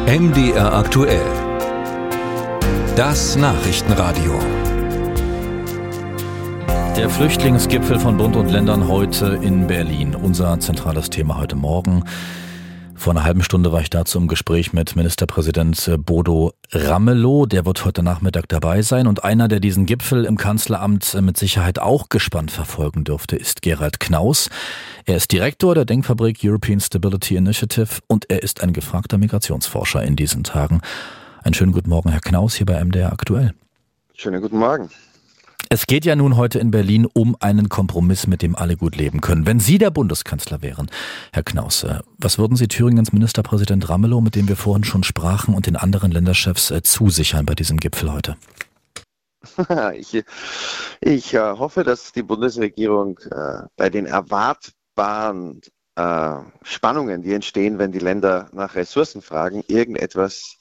MDR aktuell. Das Nachrichtenradio. Der Flüchtlingsgipfel von Bund und Ländern heute in Berlin. Unser zentrales Thema heute Morgen. Vor einer halben Stunde war ich dazu im Gespräch mit Ministerpräsident Bodo Ramelow. Der wird heute Nachmittag dabei sein. Und einer, der diesen Gipfel im Kanzleramt mit Sicherheit auch gespannt verfolgen dürfte, ist Gerald Knaus. Er ist Direktor der Denkfabrik European Stability Initiative und er ist ein gefragter Migrationsforscher in diesen Tagen. Einen schönen guten Morgen, Herr Knaus, hier bei MDR aktuell. Schönen guten Morgen. Es geht ja nun heute in Berlin um einen Kompromiss, mit dem alle gut leben können. Wenn Sie der Bundeskanzler wären, Herr Knaus, was würden Sie Thüringens Ministerpräsident Ramelow, mit dem wir vorhin schon sprachen, und den anderen Länderchefs zusichern bei diesem Gipfel heute? Ich hoffe, dass die Bundesregierung bei den erwartbaren Spannungen, die entstehen, wenn die Länder nach Ressourcen fragen, irgendetwas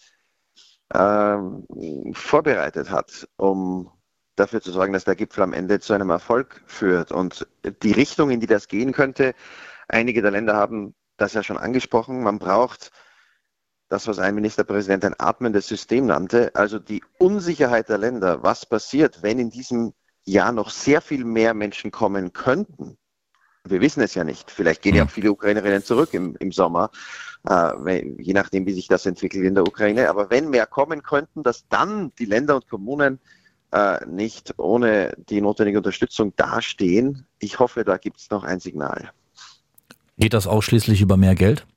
vorbereitet hat, um dafür zu sorgen, dass der Gipfel am Ende zu einem Erfolg führt. Und die Richtung, in die das gehen könnte, einige der Länder haben das ja schon angesprochen, man braucht das, was ein Ministerpräsident ein atmendes System nannte, also die Unsicherheit der Länder, was passiert, wenn in diesem Jahr noch sehr viel mehr Menschen kommen könnten. Wir wissen es ja nicht. Vielleicht gehen ja auch viele Ukrainerinnen zurück im Sommer, je nachdem, wie sich das entwickelt in der Ukraine. Aber wenn mehr kommen könnten, dass dann die Länder und Kommunen nicht ohne die notwendige Unterstützung dastehen. Ich hoffe, da gibt es noch ein Signal. Geht das ausschließlich über mehr Geld?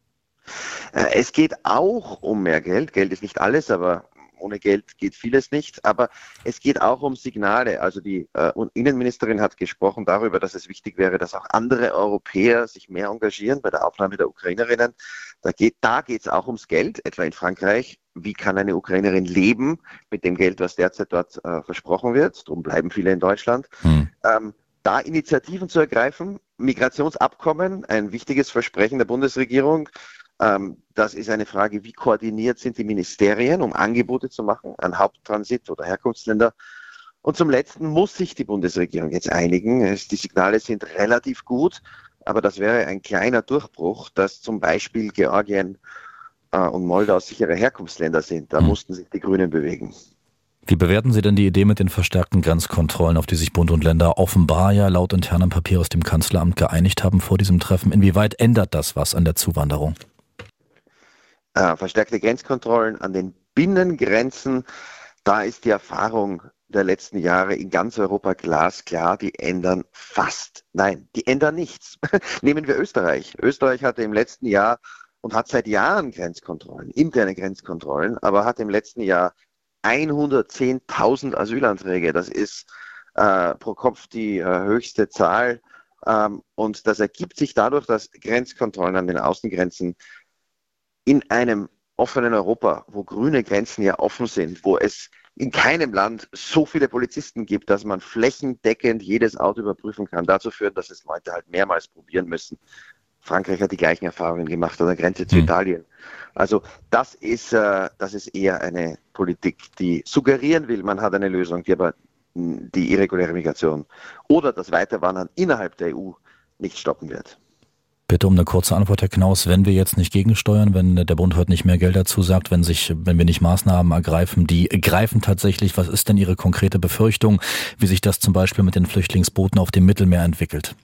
Es geht auch um mehr Geld. Geld ist nicht alles, aber ohne Geld geht vieles nicht. Aber es geht auch um Signale. Also die Innenministerin hat gesprochen darüber, dass es wichtig wäre, dass auch andere Europäer sich mehr engagieren bei der Aufnahme der Ukrainerinnen. Da geht es auch ums Geld, etwa in Frankreich. Wie kann eine Ukrainerin leben mit dem Geld, was derzeit dort versprochen wird? Darum bleiben viele in Deutschland. Da Initiativen zu ergreifen, Migrationsabkommen, ein wichtiges Versprechen der Bundesregierung. Das ist eine Frage, wie koordiniert sind die Ministerien, um Angebote zu machen an Haupttransit- oder Herkunftsländer. Und zum Letzten muss sich die Bundesregierung jetzt einigen. Die Signale sind relativ gut, aber das wäre ein kleiner Durchbruch, dass zum Beispiel Georgien und Moldau sichere Herkunftsländer sind. Da mussten sich die Grünen bewegen. Wie bewerten Sie denn die Idee mit den verstärkten Grenzkontrollen, auf die sich Bund und Länder offenbar ja laut internem Papier aus dem Kanzleramt geeinigt haben vor diesem Treffen? Inwieweit ändert das was an der Zuwanderung? Verstärkte Grenzkontrollen an den Binnengrenzen, da ist die Erfahrung der letzten Jahre in ganz Europa glasklar, die ändern die ändern nichts. Nehmen wir Österreich. Österreich hatte im letzten Jahr und hat seit Jahren Grenzkontrollen, interne Grenzkontrollen, aber hat im letzten Jahr 110.000 Asylanträge. Das ist pro Kopf die höchste Zahl. Und das ergibt sich dadurch, dass Grenzkontrollen an den Außengrenzen in einem offenen Europa, wo grüne Grenzen ja offen sind, wo es in keinem Land so viele Polizisten gibt, dass man flächendeckend jedes Auto überprüfen kann, dazu führen, dass es Leute halt mehrmals probieren müssen. Frankreich hat die gleichen Erfahrungen gemacht an der Grenze zu Italien. Also das ist eher eine Politik, die suggerieren will, man hat eine Lösung, die aber die irreguläre Migration oder das Weiterwandern innerhalb der EU nicht stoppen wird. Bitte um eine kurze Antwort, Herr Knaus. Wenn wir jetzt nicht gegensteuern, wenn der Bund heute nicht mehr Geld dazu sagt, wenn wir nicht Maßnahmen ergreifen, die greifen tatsächlich, was ist denn Ihre konkrete Befürchtung, wie sich das zum Beispiel mit den Flüchtlingsbooten auf dem Mittelmeer entwickelt?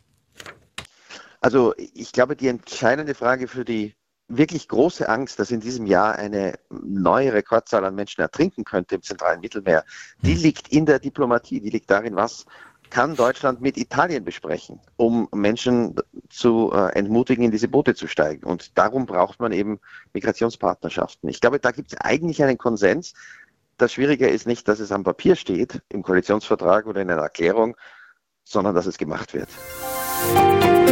Also ich glaube, die entscheidende Frage für die wirklich große Angst, dass in diesem Jahr eine neue Rekordzahl an Menschen ertrinken könnte im zentralen Mittelmeer, die liegt in der Diplomatie, die liegt darin, was kann Deutschland mit Italien besprechen, um Menschen zu entmutigen, in diese Boote zu steigen. Und darum braucht man eben Migrationspartnerschaften. Ich glaube, da gibt es eigentlich einen Konsens. Das Schwierige ist nicht, dass es am Papier steht, im Koalitionsvertrag oder in einer Erklärung, sondern dass es gemacht wird.